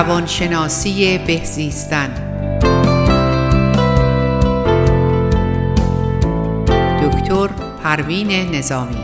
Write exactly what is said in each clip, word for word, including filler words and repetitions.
روانشناسی بهزیستن. دکتر پروین نظامی.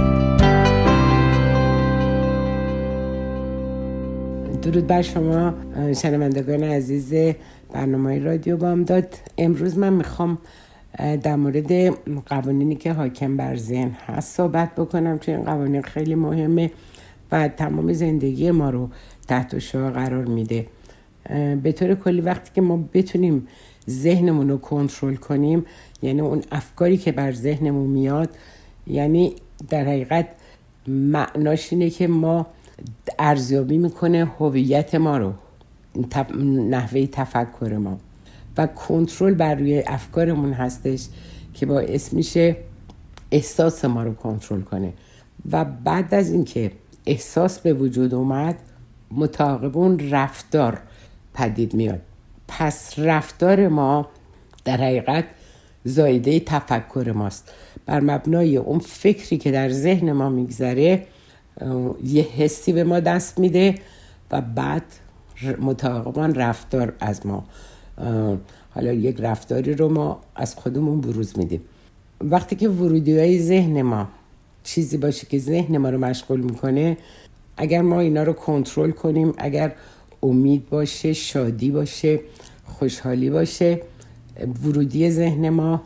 درود بر شما شنوندگان عزیز برنامه رادیو بامداد. امروز من میخوام در مورد قوانینی که حاکم بر ذهن هست صحبت بکنم، چون این قوانین خیلی مهمه و تمام زندگی ما رو تحت شعاع قرار میده. به طور کلی وقتی که ما بتونیم ذهنمون رو کنترل کنیم، یعنی اون افکاری که بر ذهنمون میاد، یعنی در حقیقت معناش اینه که ما ارزیابی میکنه هویت ما رو، نحوه تفکر ما، و کنترل بر روی افکارمون هستش که باعث میشه احساس ما رو کنترل کنه. و بعد از اینکه احساس به وجود اومد، متعاقب اون رفتار پدید میاد. پس رفتار ما در حقیقت زایده تفکر ماست. بر مبنای اون فکری که در ذهن ما میگذره یه حسی به ما دست میده و بعد متعاقباً رفتار از ما، حالا یک رفتاری رو ما از خودمون بروز میدیم. وقتی که ورودی های ذهن ما چیزی باشه که ذهن ما رو مشغول میکنه، اگر ما اینا رو کنترل کنیم، اگر امید باشه، شادی باشه، خوشحالی باشه، ورودی ذهن ما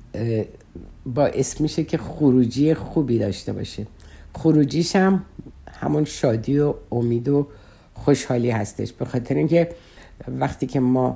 باعث میشه که خروجی خوبی داشته باشه. خروجیش هم همون شادی و امید و خوشحالی هستش، به خاطر اینکه وقتی که ما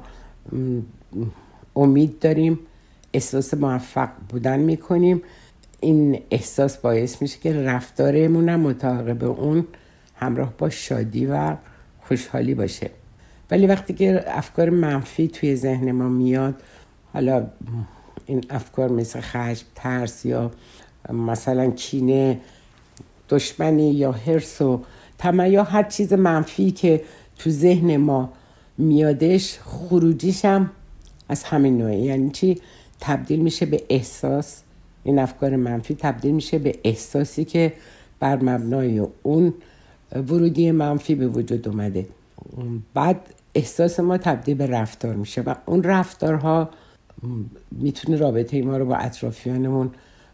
امید داریم، احساس موفق بودن میکنیم، این احساس باعث میشه که رفتارمون هم متعاقب اون همراه با شادی و خوشحالی باشه. ولی وقتی که افکار منفی توی ذهن ما میاد، حالا این افکار مثل خشم، ترس یا مثلا کینه، دشمنی یا حرص و طمع یا هر چیز منفی که تو ذهن ما میادش، خروجیش هم از همین نوعه. یعنی چی؟ تبدیل میشه به احساس. این افکار منفی تبدیل میشه به احساسی که بر مبنای اون ورودی منفی به وجود اومده. بعد احساس ما تبدیل به رفتار میشه و اون رفتارها میتونه رابطه ما رو با اطرافیانمون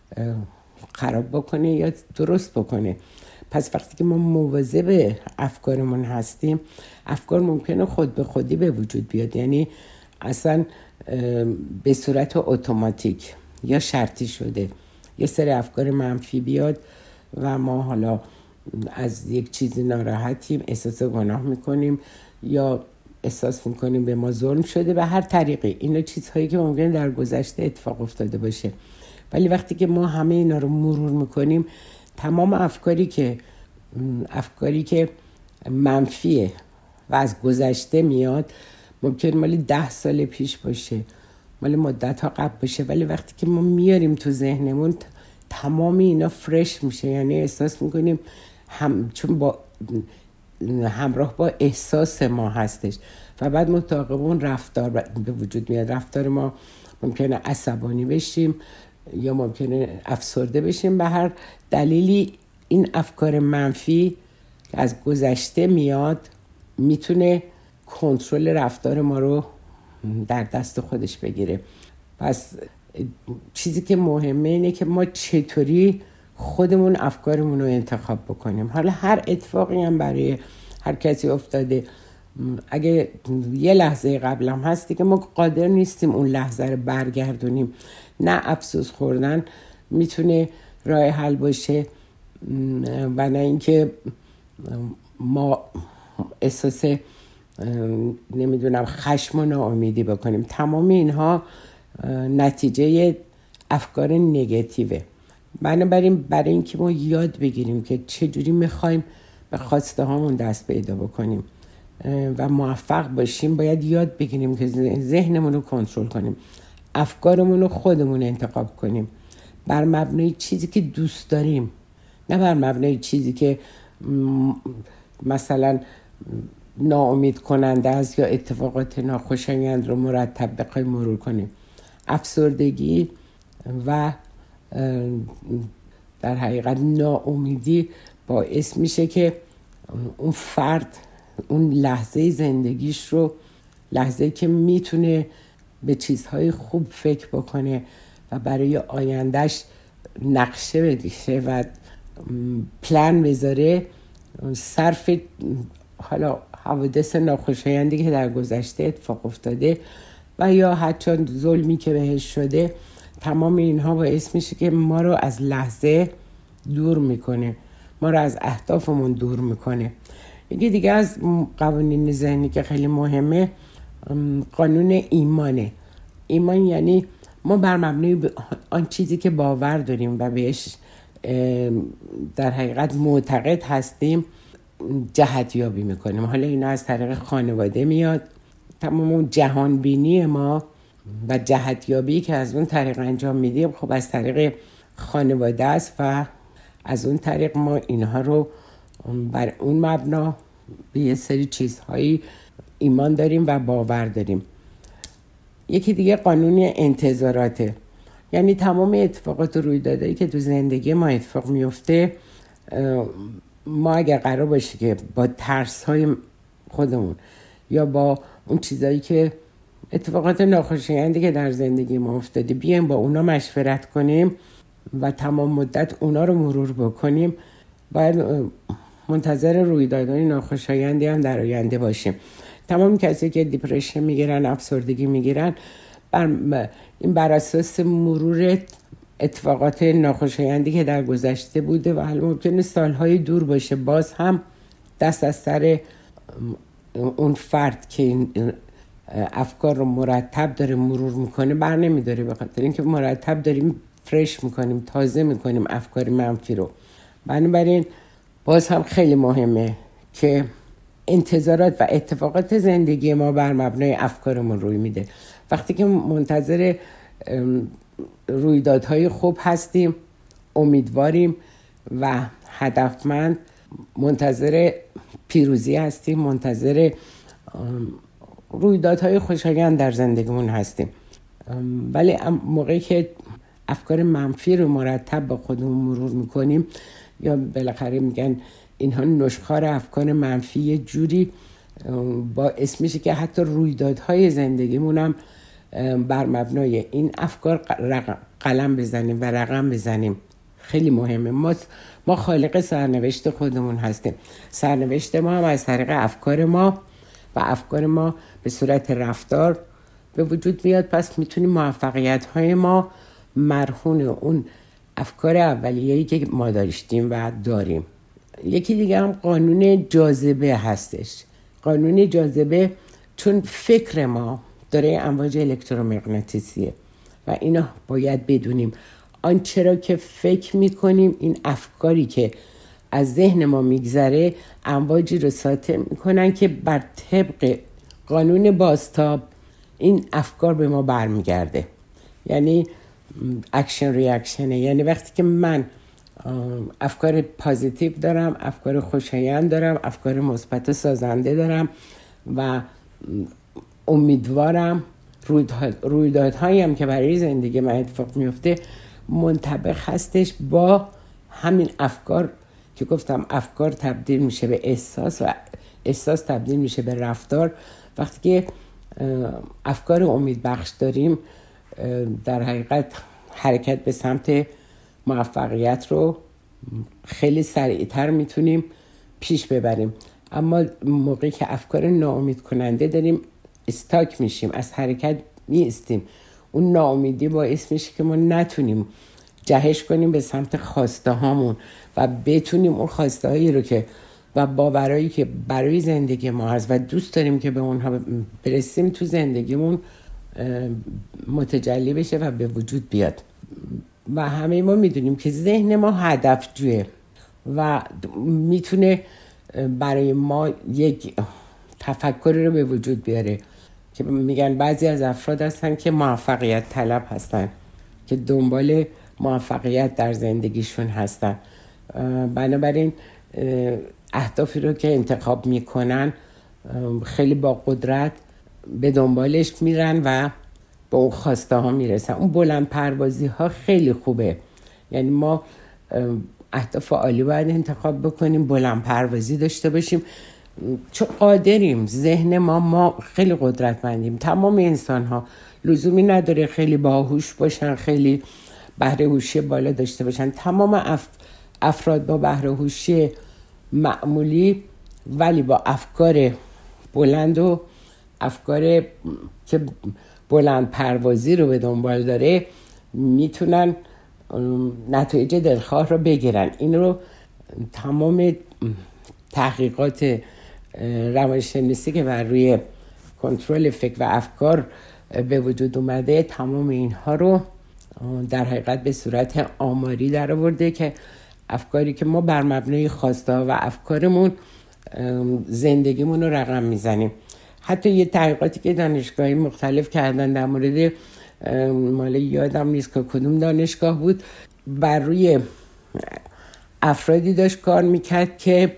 خراب بکنه یا درست بکنه. پس وقتی که ما مواظب افکارمون هستیم، افکار ممکنه خود به خودی به وجود بیاد، یعنی اصلا به صورت اتوماتیک یا شرطی شده یه سری افکار منفی بیاد و ما حالا از یک چیزی ناراحتیم، احساس گناه میکنیم یا احساس میکنیم به ما ظلم شده به هر طریقی. اینا چیزهایی که ممکنه در گذشته اتفاق افتاده باشه، ولی وقتی که ما همه اینا رو مرور میکنیم، تمام افکاری که افکاری که منفیه و از گذشته میاد، ممکن مالی ده سال پیش باشه، مالی مدت ها قبل باشه، ولی وقتی که ما میاریم تو ذهنمون، تمام اینا فرش میشه. یعنی احساس میکنیم هم چون با همراه با احساس ما هستش و بعد متعاقب اون رفتار به وجود میاد. رفتار ما ممکنه عصبانی بشیم یا ممکنه افسرده بشیم، به هر دلیلی این افکار منفی که از گذشته میاد میتونه کنترل رفتار ما رو در دست خودش بگیره. پس چیزی که مهمه اینه که ما چطوری خودمون افکارمون رو انتخاب بکنیم. حالا هر اتفاقی هم برای هر کسی افتاده، اگه یه لحظه قبل هم هستی که ما قادر نیستیم اون لحظه رو برگردونیم، نه افسوس خوردن میتونه راه حل باشه و نه اینکه ما احساس نمیدونم خشم و ناامیدی بکنیم. تمام اینها نتیجه افکار نگاتیوه. بنابراین برای اینکه ما یاد بگیریم که چجوری میخوایم به خواسته هامون دست پیدا بکنیم و موفق باشیم، باید یاد بگیریم که ذهنمون رو کنترل کنیم، افکارمون رو خودمون انتخاب کنیم بر مبنای چیزی که دوست داریم، نه بر مبنای چیزی که مثلا ناامید کننده است یا اتفاقات ناخوشایند رو مرتب بخوایم مرور کنیم. افسردگی و در حقیقت ناامیدی باعث میشه که اون فرد اون لحظه زندگیش رو، لحظه که میتونه به چیزهای خوب فکر بکنه و برای آیندهش نقشه بکشه و پلان بذاره، صرف حالا حوادث ناخوشایندی که در گذشته اتفاق افتاده و یا حتی ظلمی که بهش شده، تمام اینها باعث میشه که ما رو از لحظه دور میکنه، ما رو از اهدافمون دور میکنه. یکی دیگه از قوانین ذهنی که خیلی مهمه قانون ایمانه. ایمان یعنی ما بر مبنای آن چیزی که باور داریم و بهش در حقیقت معتقد هستیم جهت یابی میکنیم. حالا اینا از طریق خانواده میاد، تمام اون جهان بینی ما و جهت یابی که از اون طریق انجام میدیم خب از طریق خانواده است و از اون طریق ما اینها رو بر اون مبنا به یه سری چیزهایی ایمان داریم و باور داریم. یکی دیگه قانون انتظاراته، یعنی تمام اتفاقات و رویدادهایی که تو زندگی ما اتفاق میفته، ما اگر قرار باشه که با ترس‌های خودمون یا با اون چیزایی که اتفاقات ناخوشایندی که در زندگی ما افتاده بیایم با اونا مشورت کنیم و تمام مدت اونا رو مرور بکنیم، باید منتظر رویدادهای ناخوشایندی هم در آینده باشیم. تمام کسی که دیپرشن میگیرن، افسردگی میگیرن، بر این بر اساس مرور اتفاقات ناخوشایندی که در گذشته بوده و حالا ممکنه سالهای دور باشه، باز هم دست از سر اون فرد که این افکار رو مرتب داره مرور میکنه بر نمیداره، به خاطر اینکه مرتب داریم فرش میکنیم، تازه میکنیم افکار منفی رو. بنابراین باز هم خیلی مهمه که انتظارات و اتفاقات زندگی ما بر مبنای افکارمون روی میده. وقتی که منتظر رویدادهای خوب هستیم، امیدواریم و هدفمند، منتظر پیروزی هستیم، منتظر رویدادهای خوشایند در زندگیمون هستیم. ولی موقعی که افکار منفی رو مرتب با خودمون مرور میکنیم، یا بالاخره میگن اینها نشخوار افکار منفی، یه جوری باعث میشه که حتی رویدادهای زندگیمون هم بر مبنای این افکار قلم بزنیم و رقم بزنیم. خیلی مهمه. ما ما خالق سرنوشت خودمون هستیم. سرنوشت ما هم از طریق افکار ما و افکار ما به صورت رفتار به وجود میاد. پس میتونیم موفقیت های ما مرهون اون افکار اولیه‌ای که ما داشتیم و داریم. یکی دیگه هم قانون جاذبه هستش. قانون جاذبه چون فکر ما داره امواج الکترومغناطیسیه و اینا باید بدونیم آنچه را که فکر میکنیم، این افکاری که از ذهن ما میگذره امواجی رو ساطع میکنن که بر طبق قانون بازتاب این افکار به ما برمیگرده. یعنی اکشن ریاکشنه. یعنی وقتی که من افکار پازیتیو دارم، افکار خوشایند دارم، افکار مثبت سازنده دارم و امیدوارم، رویدادهایی هم که برای زندگی من اتفاق میفته منطبق هستش با همین افکار که گفتم. افکار تبدیل میشه به احساس و احساس تبدیل میشه به رفتار. وقتی که افکار امید بخش داریم، در حقیقت حرکت به سمت موفقیت رو خیلی سریعتر میتونیم پیش ببریم. اما موقعی که افکار ناامید کننده داریم استاک میشیم، از حرکت میستیم. اون ناامیدی باعث میشه که ما نتونیم جهش کنیم به سمت خواسته هامون و بتونیم اون خواسته هایی رو که و باورایی که برای زندگی ما هست و دوست داریم که به اونها برسیم تو زندگیمون متجلی بشه و به وجود بیاد. و همه ما میدونیم که ذهن ما هدف جوه و میتونه برای ما یک تفکری رو به وجود بیاره که میگن بعضی از افراد هستن که موفقیت طلب هستن، که دنبال موفقیت در زندگیشون هستن. بنابراین اهدافی رو که انتخاب میکنن خیلی با قدرت به دنبالش میرن و به اون خواسته ها میرسن. اون بلند پروازی ها خیلی خوبه. یعنی ما اهداف عالی باید انتخاب بکنیم، بلند پروازی داشته باشیم چون قادریم، ذهن ما ما خیلی قدرتمندیم. تمام انسان ها لزومی نداره خیلی باهوش باشن، خیلی بهره هوشی بالا داشته باشن. تمام اف... افراد با بهره هوشی معمولی ولی با افکار بلند و افکار که بلند پروازی رو به دنبال داره میتونن نتایج دلخواه رو بگیرن. این رو تمام تحقیقات روانشناسی که بر روی کنترل فکر و افکار به وجود اومده، تمام اینها رو در حقیقت به صورت آماری در آورده که افکاری که ما بر مبنای خواسته و افکارمون زندگیمون رو رقم میزنیم. حتی یه تحقیقاتی که دانشگاهی مختلف کردن در مورد، مال یادم نیست که کدوم دانشگاه بود، بر روی افرادی داشت کار میکرد که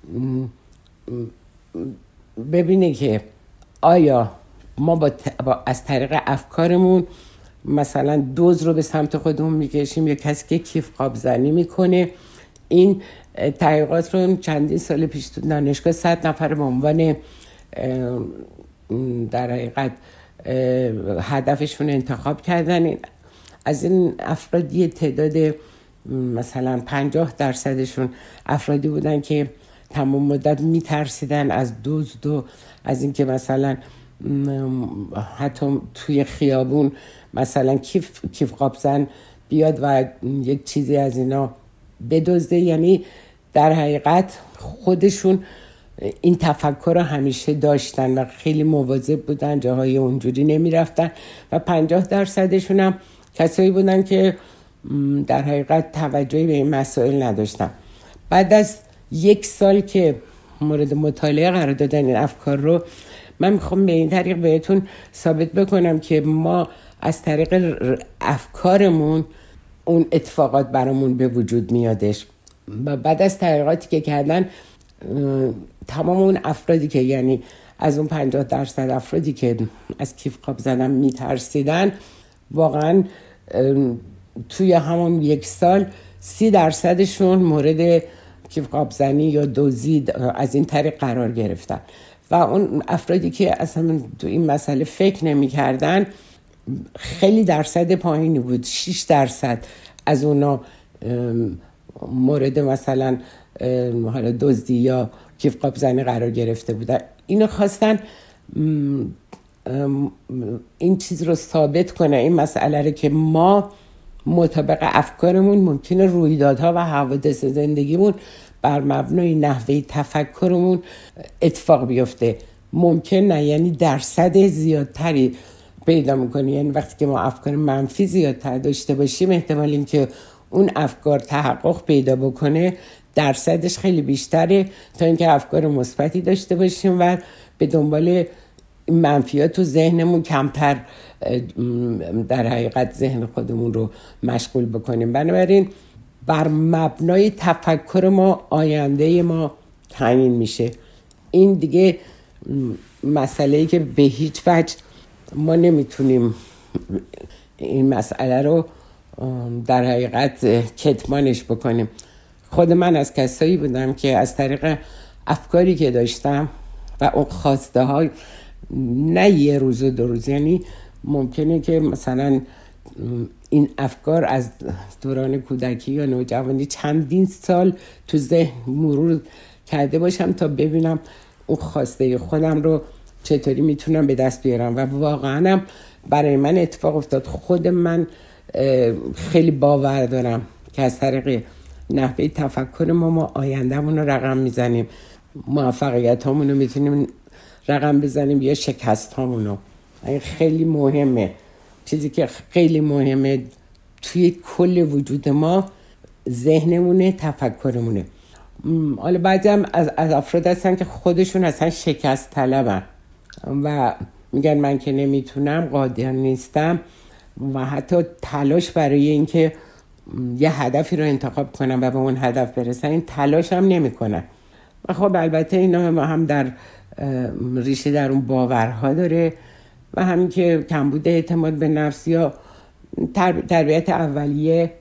ببینه که آیا ما با, با از طریق افکارمون مثلا دوز رو به سمت خودمون میکشیم یا کسی که کیف قاب زنی میکنه. این تحقیقات رو چندین سال پیش تو دانشگاه صد نفر به عنوان در حقیقت هدفشون انتخاب کردن. از این افرادی تعداد مثلا پنجاه درصدشون افرادی بودن که تمام مدت میترسیدن از دزد و از اینکه مثلا حتی توی خیابون مثلا کیف کیف قاب زن بیاد و یک چیزی از اینا بدزده. یعنی در حقیقت خودشون این تفکر رو همیشه داشتن و خیلی مواظب بودن، جاهای اونجوری نمی رفتن. و پنجاه درصدشون هم کسایی بودن که در حقیقت توجهی به این مسائل نداشتن. بعد از یک سال که مورد مطالعه قرار دادن این افکار رو، من میخوام به این طریق بهتون ثابت بکنم که ما از طریق افکارمون اون اتفاقات برامون به وجود میادش. و بعد از تحقیقاتی که کردن، تمام اون افرادی که یعنی از اون پنجاه درصد افرادی که از کیف قاب زدن میترسیدن، واقعا توی همون یک سال سی درصدشون مورد کیف قاب زنی یا دزدی از این طریق قرار گرفتن. و اون افرادی که اصلا تو این مسئله فکر نمی کردن خیلی درصد پایینی بود. شش درصد از اونا مورد مثلا حالا دزدی یا کیف قاب زنی قرار گرفته بودن. اینو خواستن این چیز رو ثابت کنه، این مسئله رو که ما مطابق افکارمون ممکنه رویدادها و حوادث زندگیمون بر مبنای نحوه تفکرمون اتفاق بیفته. ممکن نه، یعنی درصد زیادتری پیدا میکنه. یعنی وقتی که ما افکار منفی زیادتر داشته باشیم، احتمال این که اون افکار تحقق پیدا بکنه درصدش خیلی بیشتره تا اینکه افکار مثبتی داشته باشیم و به دنبال منفیات تو ذهنمون کمتر در حقیقت ذهن خودمون رو مشغول بکنیم. بنابراین بر مبنای تفکر ما آینده ما تعیین میشه. این دیگه مسئله‌ای که به هیچ وجه ما نمیتونیم این مسئله رو در حقیقت کتمانش بکنیم. خود من از کسایی بودم که از طریق افکاری که داشتم و اون خواسته های، نه یه روز و دو روز، یعنی ممکنه که مثلا این افکار از دوران کودکی یا نوجوانی چندین سال تو ذهن مرور کرده باشم تا ببینم اون خواسته خودم رو چطوری میتونم به دست بیارم. و واقعا هم برای من اتفاق افتاد. خود من خیلی باور دارم که از طریق نحوه تفکر ما ما آینده‌مون رو رقم میزنیم، موفقیت هامون رو میتونیم رقم بزنیم یا شکست هامون رو. این خیلی مهمه. چیزی که خیلی مهمه توی کل وجود ما ذهنمونه، تفکرمونه. حالا بعضی هم از, از افراد هستن که خودشون اصلا شکست طلبن و میگن من که نمیتونم، قادر نیستم و حتی تلاش برای اینکه یه هدفی رو انتخاب کنن و به اون هدف برسن این تلاش هم نمی کنن. و خب البته اینا هم در ریشه در اون باورها داره و همین که کمبود اعتماد به نفس یا تربیت اولیه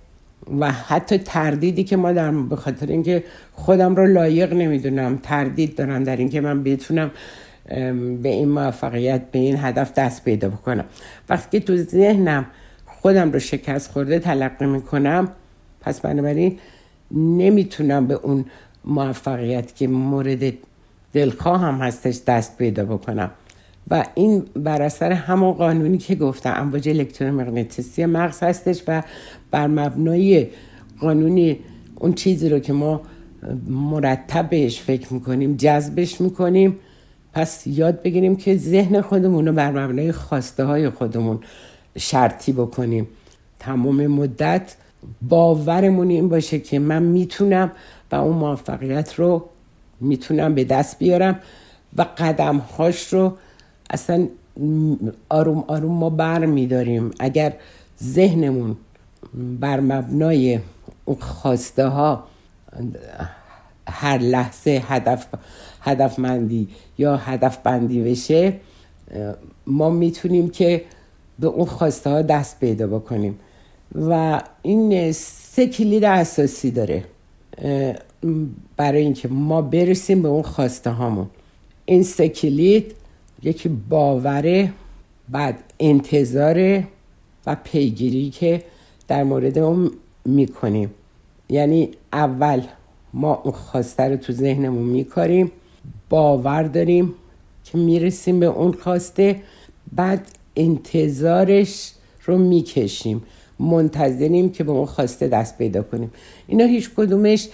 و حتی تردیدی که ما در به خاطر اینکه خودم رو لایق نمیدونم، تردید دارم در اینکه من بتونم به این موفقیت، به این هدف دست پیدا بکنم. وقتی که تو ذهنم خودم رو شکست خورده تلقی میکنم، پس بنابراین نمیتونم به اون موفقیت که مورد دلخواه هم هستش دست پیدا بکنم. و این بر اثر همون قانونی که گفتم، امواج الکترومغناطیسی مغز هستش و بر مبنای قانونی اون چیزی رو که ما مرتب بهش فکر میکنیم جذبش میکنیم. پس یاد بگیریم که ذهن خودمون رو بر مبنای خواسته های خودمون شرطی بکنیم. تمام مدت باورمون این باشه که من میتونم و اون موفقیت رو میتونم به دست بیارم و قدم هاش رو اصلا آروم آروم ما بر میداریم. اگر ذهنمون بر مبنای اون خواسته ها هر لحظه هدف هدفمندی یا هدف بندی بشه، ما میتونیم که به اون خواسته ها دست پیدا بکنیم. و این سه کلید اساسی داره برای اینکه ما برسیم به اون خواسته هامون. این سه کلید، یکی باوره، بعد انتظاره و پیگیری که در مورد اون میکنیم. یعنی اول ما اون خواسته رو تو ذهنمون میکاریم، باور داریم که میرسیم به اون خواسته، بعد انتظارش رو میکشیم، منتظریم که به اون خواسته دست پیدا کنیم. اینا هیچ کدومش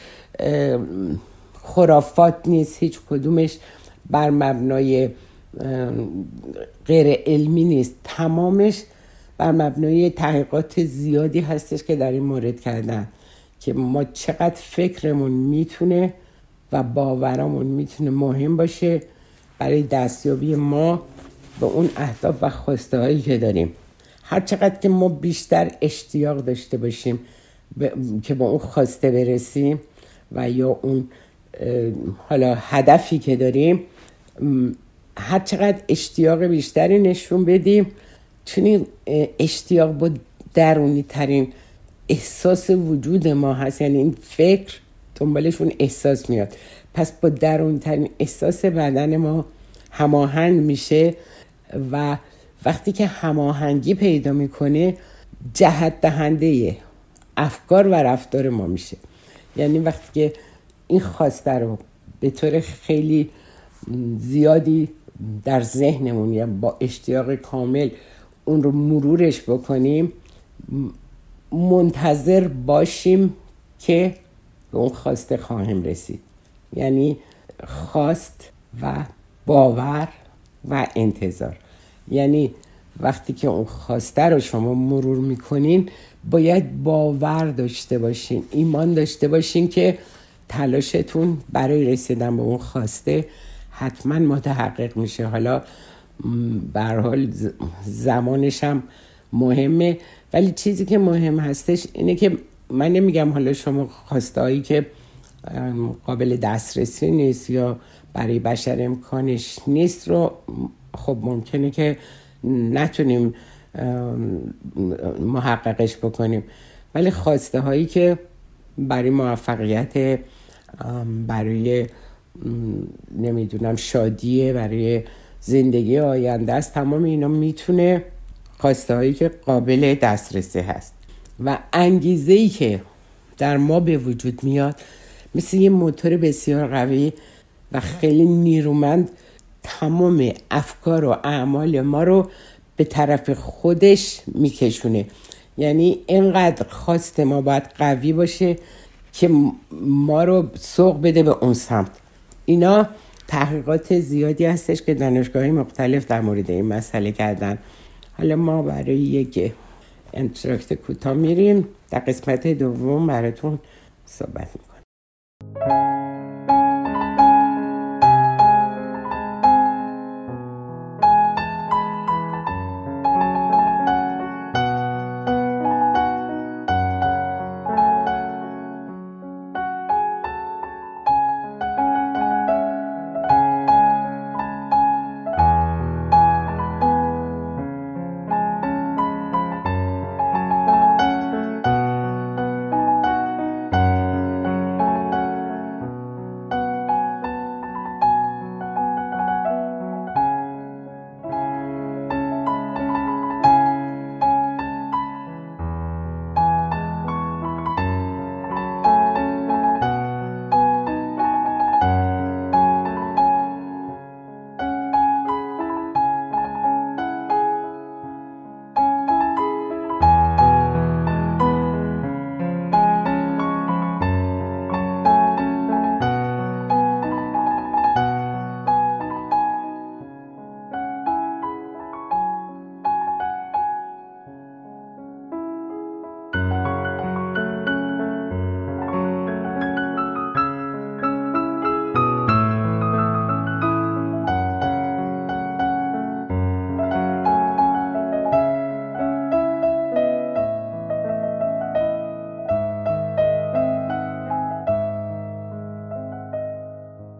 خرافات نیست، هیچ کدومش بر مبنای غیر علمی نیست، تمامش بر مبنای تحقیقات زیادی هستش که در این مورد کردن که ما چقدر فکرمون میتونه و باورمون میتونه مهم باشه برای دستیابی ما به اون اهداف و خواسته هایی که داریم. هر چقدر که ما بیشتر اشتیاق داشته باشیم ب... که به اون خواسته برسیم و یا اون حالا هدفی که داریم، هر چقدر اشتیاق بیشتری نشون بدیم، چون اشتیاق با درونی ترین احساس وجود ما هست. یعنی این فکر دنبالش اون احساس میاد، پس با درونی ترین احساس بدن ما هماهنگ میشه و وقتی که هماهنگی پیدا میکنه جهت دهنده افکار و رفتار ما میشه. یعنی وقتی که این خواسته رو به طور خیلی زیادی در ذهنمون یا با اشتیاق کامل اون رو مرورش بکنیم، منتظر باشیم که به اون خواسته خواهیم رسید. یعنی خواست و باور و انتظار. یعنی وقتی که اون خواسته رو شما مرور میکنین باید باور داشته باشین، ایمان داشته باشین که تلاشتون برای رسیدن به اون خواسته حتما متحقق میشه. حالا به هر حال زمانش هم مهمه، ولی چیزی که مهم هستش اینه که من نمیگم حالا شما خواسته هایی که قابل دسترسی نیست یا برای بشر امکانش نیست رو خب ممکنه که نتونیم محققش بکنیم، ولی خواسته هایی که برای موفقیت، برای نمیدونم شادیه، برای زندگی آینده است، تمام اینا میتونه خواسته هایی که قابل دسترسی هست. و انگیزه‌ای که در ما به وجود میاد مثل یه موتور بسیار قوی و خیلی نیرومند تمام افکار و اعمال ما رو به طرف خودش میکشونه. یعنی اینقدر خواست ما باید قوی باشه که ما رو سوق بده به اون سمت. اینا تحقیقات زیادی هستش که دانشگاه‌های مختلف در مورد این مسئله کردن. حالا ما برای یک انتراکت کوتاه میریم، در قسمت دوم براتون صحبت میکنم.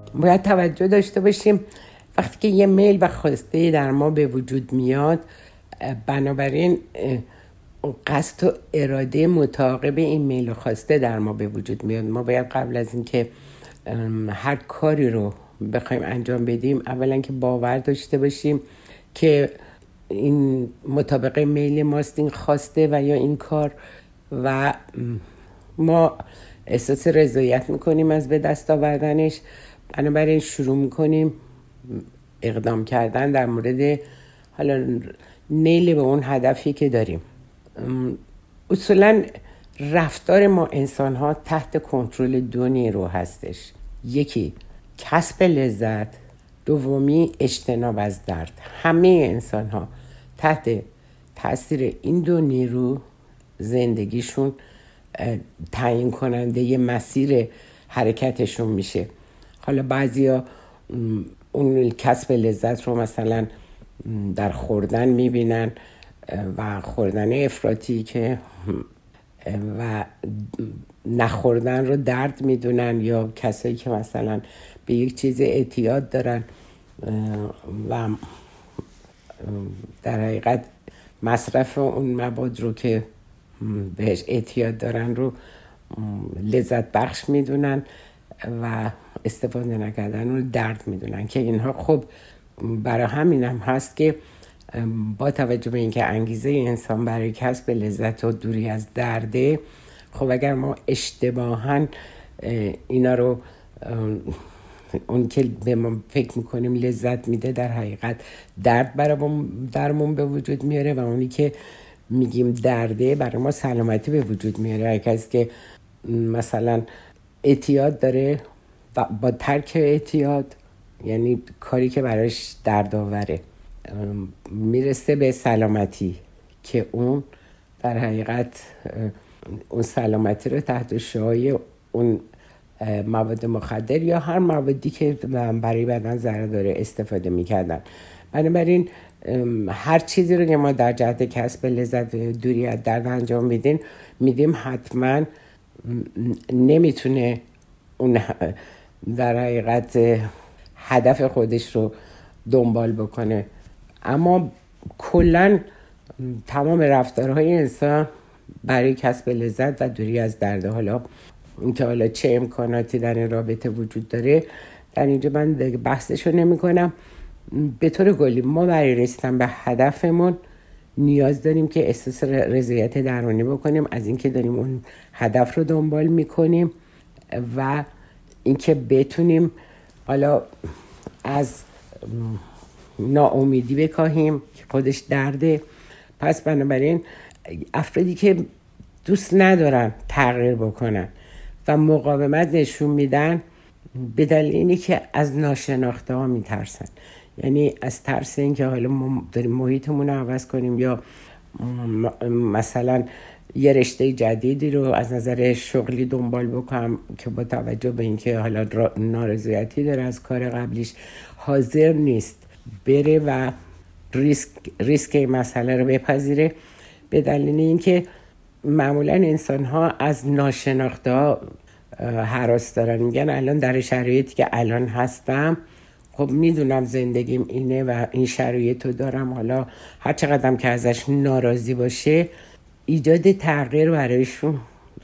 باید توجه داشته باشیم وقتی که یه میل و خواسته در ما به وجود میاد، بنابراین قصد و اراده متعاقب این میل و خواسته در ما به وجود میاد. ما باید قبل از این که هر کاری رو بخوایم انجام بدیم اولا که باور داشته باشیم که این مطابق میل ماست، این خواسته و یا این کار، و ما احساس رضایت میکنیم از به دست آوردنش. بنابراین شروع میکنیم اقدام کردن در مورد حالا نیل به اون هدفی که داریم. اصولا رفتار ما انسان ها تحت کنترل دو نیرو هستش. یکی کسب لذت، دومی اجتناب از درد. همه انسان ها تحت تاثیر این دو نیرو زندگیشون تعیین کننده ی مسیر حرکتشون میشه. حالا بعضیا اون کسب لذت رو مثلا در خوردن میبینن و خوردن افراطی که و نخوردن رو درد میدونن، یا کسایی که مثلا به یک چیز اعتیاد دارن و در حقیقت مصرف اون مواد رو که بهش اعتیاد دارن رو لذت بخش میدونن و استفاده نکردن رو درد میدونن، که اینها خب برای همین هم هست که با توجه به اینکه انگیزه انسان برای کسب لذت و دوری از درده، خب اگر ما اشتباهاً اینا رو اون که به ما فکر میکنیم لذت میده در حقیقت درد برای درمون به وجود میاره و اونی که میگیم درده برای ما سلامتی به وجود میاره. هر کسی که مثلا اعتیاد داره و با ترک اعتیاد، یعنی کاری که براش دردآوره، میرسه به سلامتی که اون در حقیقت اون سلامتی رو تحت شعاع اون مواد مخدر یا هر موادی که برای بدن ضرر داره استفاده میکردن. بنابراین هر چیزی رو که ما در جهت کسب لذت دوری از درد انجام میدیم میدیم حتما نمیتونه اون در حقیقت هدف خودش رو دنبال بکنه. اما کلن تمام رفتارهای انسان برای کسب لذت و دوری از درد، حالا اینکه حالا چه امکاناتی در این رابطه وجود داره در اینجا من بحثش رو نمی کنم. به طور کلی ما برای رسیدن به هدفمون نیاز داریم که احساس رضایت درونی بکنیم از اینکه داریم اون هدف رو دنبال میکنیم و اینکه بتونیم حالا از ناامیدی بکاهیم که خودش درده. پس بنابراین افرادی که دوست ندارن تغییر بکنن و مقاومت نشون میدن به دلیل اینی که از ناشناخته ها میترسن، یعنی از ترس این که حالا ما داریم محیطمون رو عوض کنیم یا مثلا یه رشته جدیدی رو از نظر شغلی دنبال بکنم که با توجه به اینکه حالا نارضایتی داره از کار قبلیش، حاضر نیست بره و ریسک ریسک این مسئله رو بپذیره. به دلیل اینکه معمولا انسان ها از ناشناخته ها هراس دارن، میگن الان در شرایطی که الان هستم خب میدونم زندگیم اینه و این شرایط رو دارم، حالا هر چقدرم که ازش ناراضی باشه ایجاد تغییر برایشون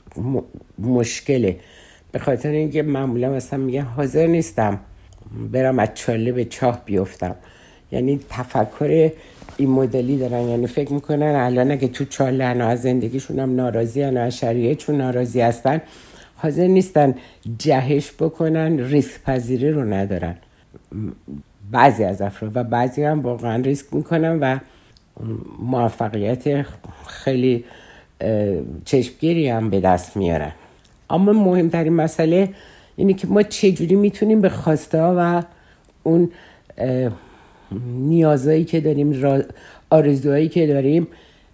مشکله. به خاطر اینکه معمولا مثلا میگن حاضر نیستم برم از چاله به چاه بیفتم، یعنی تفکر این مدلی دارن، یعنی فکر میکنن الان اگه تو چاله انا از زندگیشون هم ناراضی انا از شرایطشون ناراضی هستن، حاضر نیستن جهش بکنن، ریسک پذیری رو ندارن بعضی از افراد و بعضی هم واقعا ریسک میکنن و موفقیت خیلی چشمگیری هم به دست میارن. اما مهمترین مسئله اینه که ما چجوری میتونیم به خواسته ها و اون نیازهایی که داریم، آرزوهایی که داریم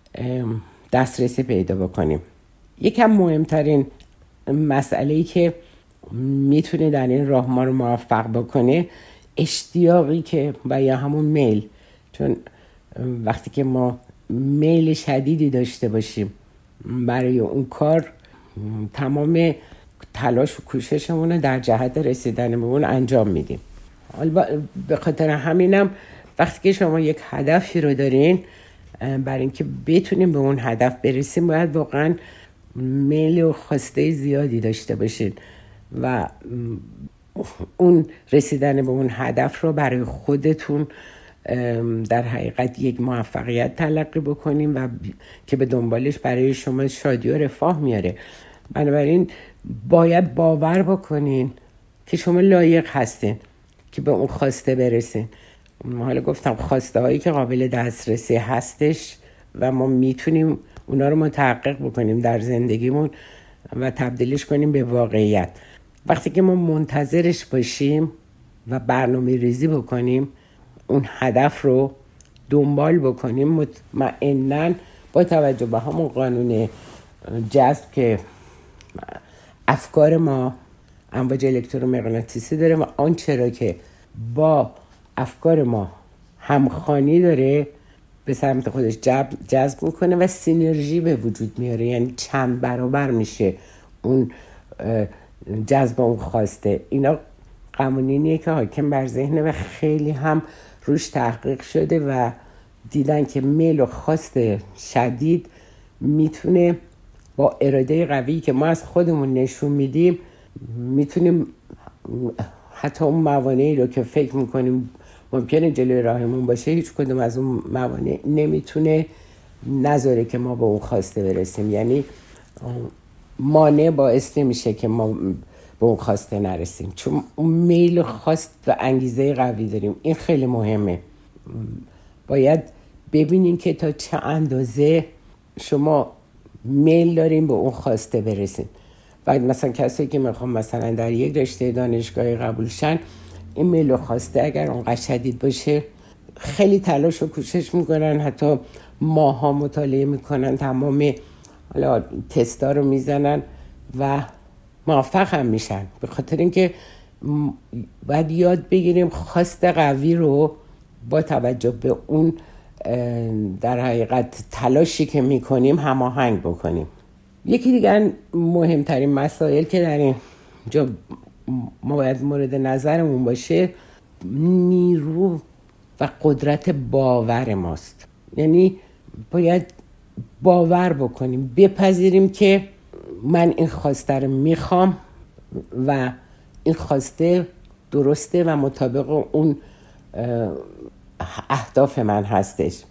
دسترسی پیدا بکنیم. یکم مهمترین مسئله‌ای که میتونه در این راه ما رو موفق بکنه اشتیاقی که و یا همون میل، چون وقتی که ما میل شدیدی داشته باشیم برای اون کار، تمام تلاش و کوششمون رو در جهت رسیدن به اون انجام میدیم. حالا به خاطر همینم وقتی که شما یک هدفی رو دارین، برای اینکه بتونیم به اون هدف برسیم باید واقعا میل و خواسته زیادی داشته باشین و اون رسیدن به اون هدف رو برای خودتون در حقیقت یک موفقیت تلقی بکنیم و که به دنبالش برای شما شادی و رفاه میاره. بنابراین باید باور بکنین که شما لایق هستین که به اون خواسته برسین. حالا گفتم خواسته هایی که قابل دسترسی هستش و ما میتونیم اونا رو متحقق بکنیم در زندگیمون و تبدیلش کنیم به واقعیت. وقتی که ما منتظرش باشیم و برنامه ریزی بکنیم، اون هدف رو دنبال بکنیم، مطمئناً با توجه به همون قانون جذب که افکار ما امواج الکترومغناطیسی داره و آنچه را که با افکار ما همخوانی داره به سمت خودش جذب میکنه و سینرژی به وجود میاره، یعنی چند برابر میشه اون جذب اون خواسته. اینا قوانینیه که حاکم بر ذهنه و خیلی هم روش تحقیق شده و دیدن که میل و خواست شدید میتونه با اراده قوی که ما از خودمون نشون میدیم، میتونیم حتی اون موانعی رو که فکر میکنیم ممکنه جلوی راهمون باشه، هیچ کدوم از اون موانع نمیتونه نذاره که ما به اون خواسته برسیم. یعنی مانع باعث نمیشه که ما به اون خواسته نرسیم، چون اون میل و خواست و انگیزه قوی داریم. این خیلی مهمه. باید ببینین که تا چه اندازه شما میل دارین به اون خواسته برسین. و مثلا کسایی که میخوام مثلا در یک رشته دانشگاهی قبول شن، این میل و خواسته اگر اونقدر شدید باشه خیلی تلاش و کوشش میکنن، حتی ماها مطالعه میکنن، تمام حالا تستا رو میزنن و موفق هم میشن. به خاطر اینکه باید یاد بگیریم خواست قوی رو با توجه به اون در حقیقت تلاشی که میکنیم هماهنگ بکنیم. یکی دیگر مهمترین مسائل که در این جا ما باید مورد نظرمون باشه نیرو و قدرت باور ماست. یعنی باید باور بکنیم، بپذیریم که من این خواسته رو میخوام و این خواسته درسته و مطابق اون اهداف من هستش.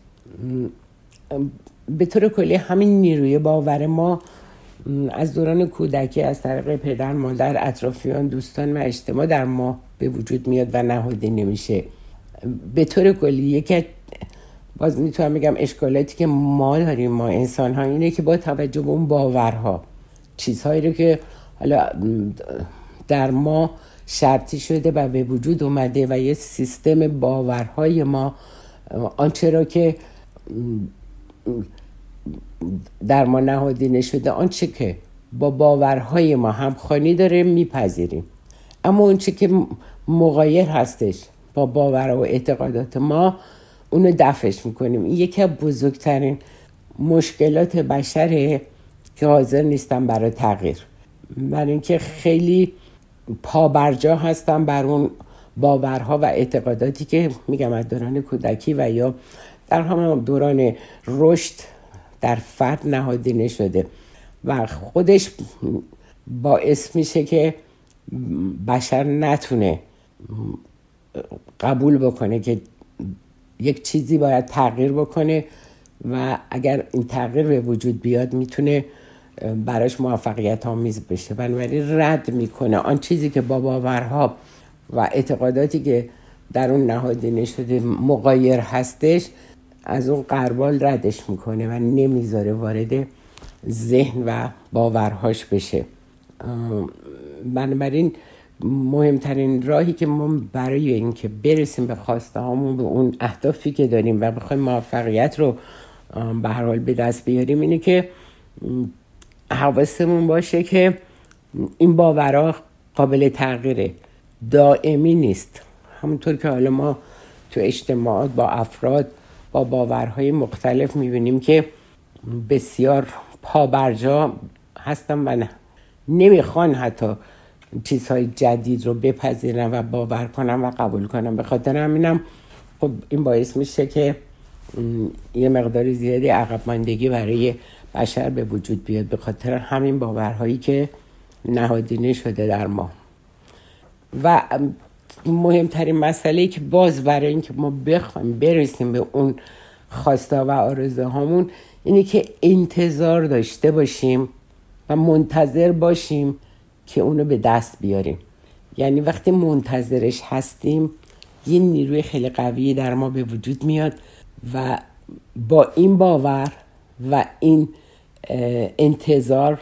به طور کلی همین نیروی باور ما از دوران کودکی از طریق پدر، مادر، اطرافیان، دوستان و اجتماع در ما به وجود میاد و نهاده نمیشه. به طور کلی یکی باز میتونم بگم اشکالاتی که ما داریم ما انسان ها اینه که با توجه به اون باورها، چیزهایی رو که حالا در ما شرطی شده و به وجود اومده و یه سیستم باورهای ما، آنچه را که در ما نهادینه شده، آنچه که با باورهای ما همخوانی داره میپذیریم، اما آنچه که مغایر هستش با باور و اعتقادات ما اونو دفعش میکنیم. این یکی از بزرگترین مشکلات بشره که حاضر نیستن برای تغییر، برای اینکه خیلی پابرجا هستن بر اون باورها و اعتقاداتی که میگم از دوران کودکی و یا در همون دوران رشد در فرد نهادینه شده و خودش باعث میشه که بشر نتونه قبول بکنه که یک چیزی باید تغییر بکنه و اگر این تغییر به وجود بیاد میتونه براش موفقیت آمیز بشه. بنابراین رد میکنه آن چیزی که با باورها و اعتقاداتی که در اون نهادینه شده مغایر هستش، از اون غربال ردش میکنه و نمیذاره وارد ذهن و باورهاش بشه. بنابراین مهمترین راهی که ما برای اینکه برسیم به خواسته هامون، به اون اهدافی که داریم و بخوایم موفقیت رو به هر حال به دست بیاریم، اینه که حواسمون باشه که این باورها قابل تغییره، دائمی نیست. همونطور که حالا ما تو اجتماعات با افراد با باورهای مختلف میبینیم که بسیار پابرجا هستن و نمیخوان حتی چیزهای جدید رو بپذیرن و باور کنن و قبول کنن. به خاطر همینم خب این باعث میشه که یه مقدار زیادی عقب ماندگی برای بشر به وجود بیاد، به خاطر همین باورهایی که نهادینه شده در ما. و مهمترین مسئله‌ای که باز برای اینکه ما بخوایم برسیم به اون خواسته و آرزوهامون اینه که انتظار داشته باشیم و منتظر باشیم که اونو به دست بیاریم. یعنی وقتی منتظرش هستیم یه نیروی خیلی قوی در ما به وجود میاد و با این باور و این انتظار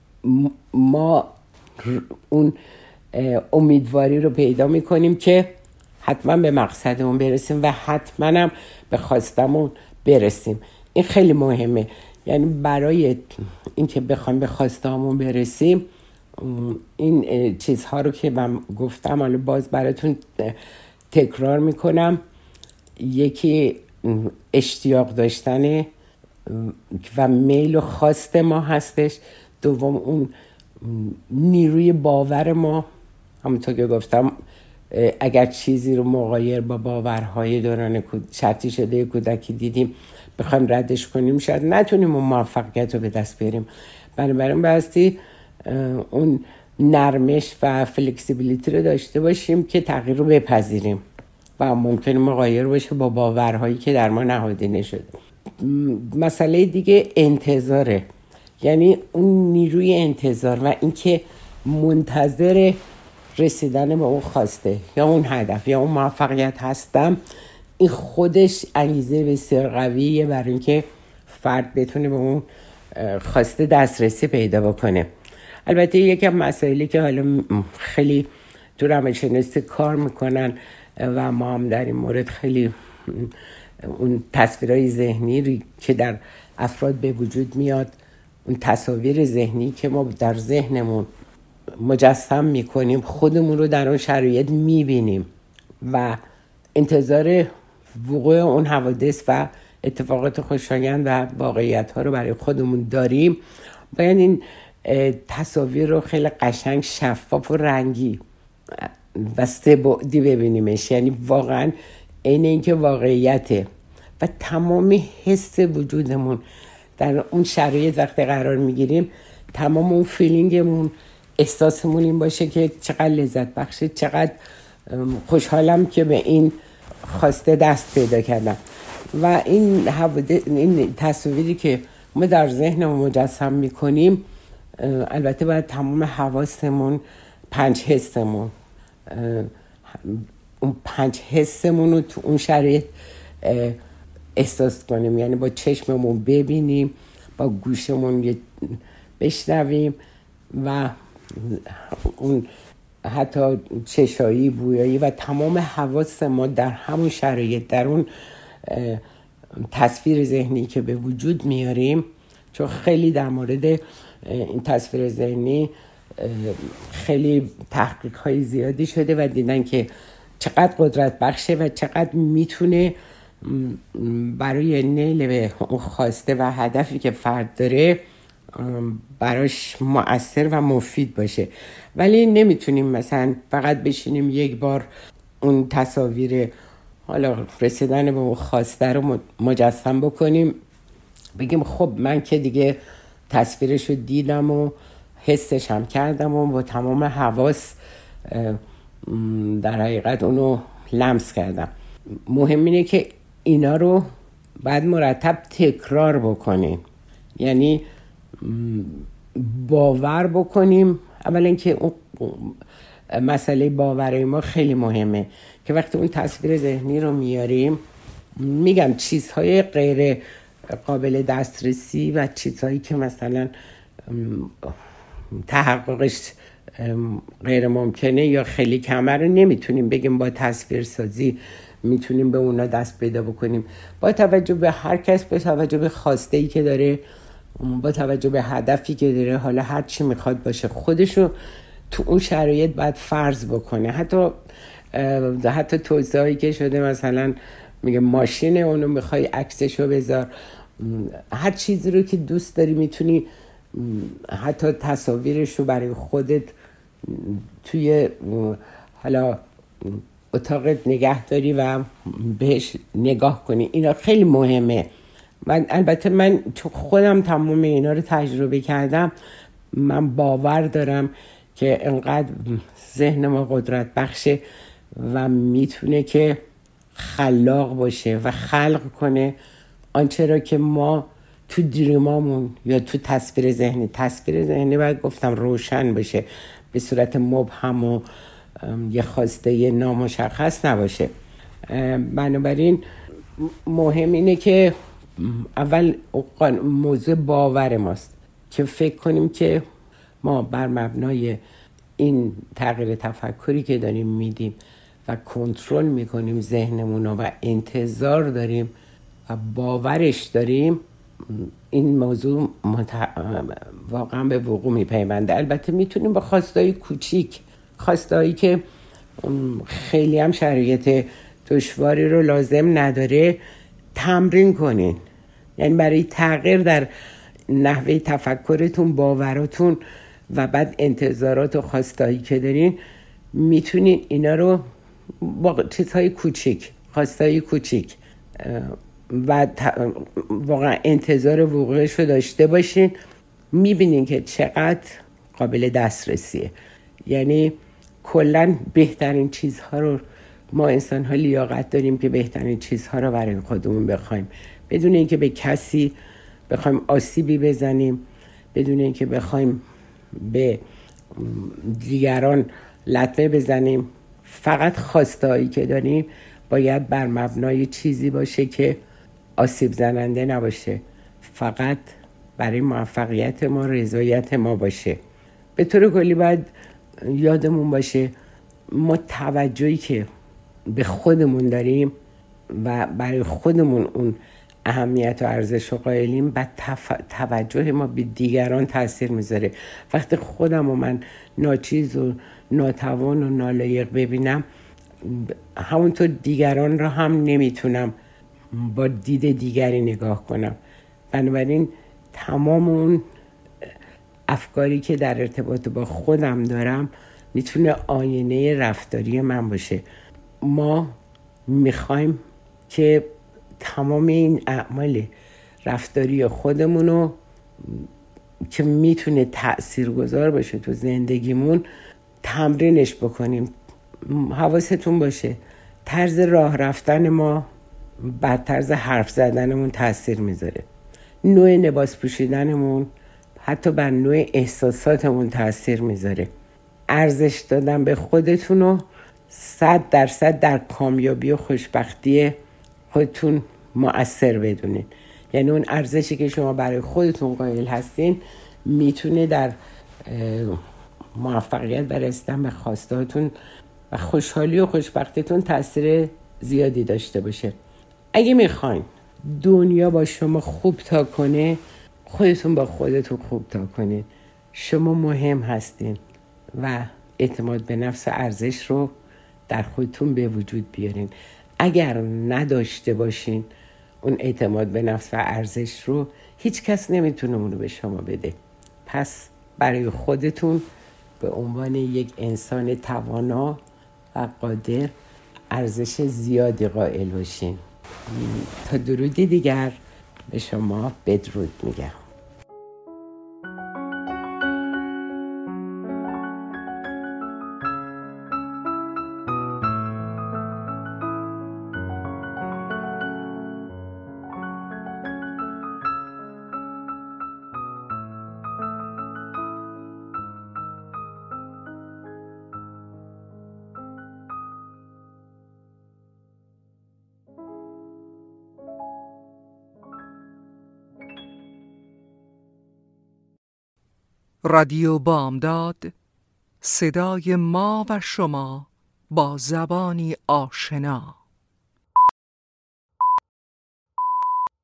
ما اون امیدواری رو پیدا میکنیم که حتما به مقصدمون برسیم و حتما هم به خواستمون برسیم. این خیلی مهمه. یعنی برای اینکه بخوایم به خواستمون برسیم این چیزها رو که من گفتم حالا باز براتون تکرار میکنم. یکی اشتیاق داشتن و میل و خواست ما هستش. دوم اون نیروی باور ما، همونطور که گفتم اگر چیزی رو مغایر با باورهای دوران شرطی شده کودکی دیدیم بخوایم ردش کنیم شاید نتونیم اون موفقیت رو به دست بیاریم. بنابراین بایستی اون نرمش و فلکسیبیلیتی رو داشته باشیم که تغییر رو بپذیریم و ممکنه مغایر باشه با باورهایی که در ما نهادینه شده. مسئله دیگه انتظاره، یعنی اون نیروی انتظار و اینکه منتظر رسیدن به اون خواسته یا اون هدف یا اون موفقیت هستم. این خودش انگیزه بسیار قویه برای اینکه فرد بتونه به اون خواسته دسترسی پیدا بکنه. البته یکی از مسائلی که حالا خیلی تو روانشناسی کار میکنن و ما هم در این مورد خیلی اون تصویرهای ذهنی که در افراد به وجود میاد، اون تصاویر ذهنی که ما در ذهنمون مجسم میکنیم خودمون رو در اون شرایط میبینیم و انتظار وقوع اون حوادث و اتفاقات خوشایند و واقعیت ها رو برای خودمون داریم. باید این تصاویر رو خیلی قشنگ شفاف و رنگی و سه بعدی ببینیمش، یعنی واقعا عین اینکه واقعیته و تمام حس وجودمون در اون شرایط وقتی قرار میگیریم تمام اون فیلینگمون احساسمون این باشه که چقدر لذت بخشه، چقدر خوشحالم که به این خواسته دست پیدا کردم. و این این تصویری که ما در ذهنمون مجسم میکنیم البته باید تمام حواسمون، پنج حسمون، اون پنج حسمون رو تو اون شرایط احساس کنیم. یعنی با چشممون ببینیم، با گوشمون بشنویم و اون حتی چشایی، بویایی و تمام حواس ما در همون شرایط، در اون تصویر ذهنی که به وجود میاریم. چون خیلی در مورد این تصویر ذهنی خیلی تحقیق های زیادی شده و دیدن که چقدر قدرت بخشه و چقدر میتونه برای نیل به اون خواسته و هدفی که فرد داره براش مؤثر و مفید باشه. ولی نمیتونیم مثلا فقط بشینیم یک بار اون تصاویر حالا رسیدن به اون خواسته رو مجسم بکنیم بگیم خب من که دیگه تصویرشو دیدم و حسش هم کردم و با تمام حواس در حقیقت اونو لمس کردم. مهم اینه که اینا رو باید مرتب تکرار بکنیم، یعنی باور بکنیم. اولا اینکه اون مسئله باورای ما خیلی مهمه که وقتی اون تصویر ذهنی رو میاریم، میگم چیزهای غیر قابل دسترسی و چیزهایی که مثلا تحققش غیر ممکنه یا خیلی کمه رو نمیتونیم بگیم با تصویر سازی میتونیم به اونا دست پیدا بکنیم. با توجه به هر کس، با توجه به خواسته ای که داره، با توجه به هدفی که داره، حالا هر چی میخواد باشه خودشو تو اون شرایط باید فرض بکنه. حتی حتی توضیحی که شده مثلا میگه ماشین اونو میخوای عکسشو بذار، هر چیزی رو که دوست داری میتونی حتی تصاویرش رو برای خودت توی حالا اتاقت نگه داری و بهش نگاه کنی. اینا خیلی مهمه. من البته من چون خودم تمام اینا رو تجربه کردم، من باور دارم که انقدر ذهن ما قدرت بخشه و میتونه که خلاق باشه و خلق کنه آنچه را که ما تو دریمامون یا تو تصویر ذهنی تصویر ذهنی باید گفتم روشن باشه، به صورت مبهم و یه خواسته یه نامشخص نباشه. بنابراین مهم اینه که اول موضوع باور ماست که فکر کنیم که ما بر مبنای این تغییر تفکری که داریم میدیم و کنترل میکنیم ذهنمون و انتظار داریم و باورش داریم، این موضوع مت... واقعا به وقوع میپیونده. البته میتونیم با خواستای کوچیک، خواستایی که خیلی هم شرایط دشواری رو لازم نداره، تمرین کنین. یعنی برای تغییر در نحوه تفکرتون، باوراتون و بعد انتظارات و خواستایی که دارین، میتونین اینا رو با چیزهای کوچیک، خواستای کوچیک و واقعا انتظار وقوعش رو داشته باشین، میبینین که چقدر قابل دسترسیه. یعنی کلن بهترین چیزها رو ما انسان ها لیاقت داریم که بهترین چیزها رو برای خودمون بخوایم، بدون اینکه به کسی بخوایم آسیبی بزنیم، بدون اینکه بخوایم به دیگران لطمه بزنیم. فقط خواستهایی که داریم باید بر مبنای چیزی باشه که آسیب زننده نباشه، فقط برای موفقیت ما، رضایت ما باشه. به طور کلی باید یادمون باشه ما توجهی که به خودمون داریم و برای خودمون اون اهمیت و ارزش و قائلیم، بعد تف... توجه ما به دیگران تاثیر میذاره. وقتی خودم و من ناچیز و ناتوان و نالایق ببینم، همونطور دیگران را هم نمیتونم با دید دیگری نگاه کنم. بنابراین تمام اون افکاری که در ارتباط با خودم دارم میتونه آینه رفتاری من باشه. ما میخوایم که تمام این اعمال رفتاری خودمونو که میتونه تأثیرگذار باشه تو زندگیمون تمرینش بکنیم. حواستون باشه طرز راه رفتن ما بر طرز حرف زدنمون تأثیر میذاره، نوع لباس پوشیدنمون حتی بر نوع احساساتمون تأثیر میذاره. ارزش دادن به خودتونو صد درصد در کامیابی و خوشبختی خودتون مؤثر بدونین. یعنی اون ارزشی که شما برای خودتون قائل هستین میتونه در موفقیت و رسیدن به خواستهاتون و خوشحالی و خوشبختیتون تاثیر زیادی داشته باشه. اگه میخواین دنیا با شما خوب تا کنه، خودتون با خودتون خوب تا کنین. شما مهم هستین و اعتماد به نفس و ارزش رو در خودتون به وجود بیارین. اگر نداشته باشین اون اعتماد به نفس و ارزش رو، هیچ کس نمیتونه اون رو به شما بده. پس برای خودتون به عنوان یک انسان توانا و قادر ارزش زیادی قائل باشین. تا درودی دیگر به شما بدرود میگم. رادیو بامداد، صدای ما و شما با زبانی آشنا.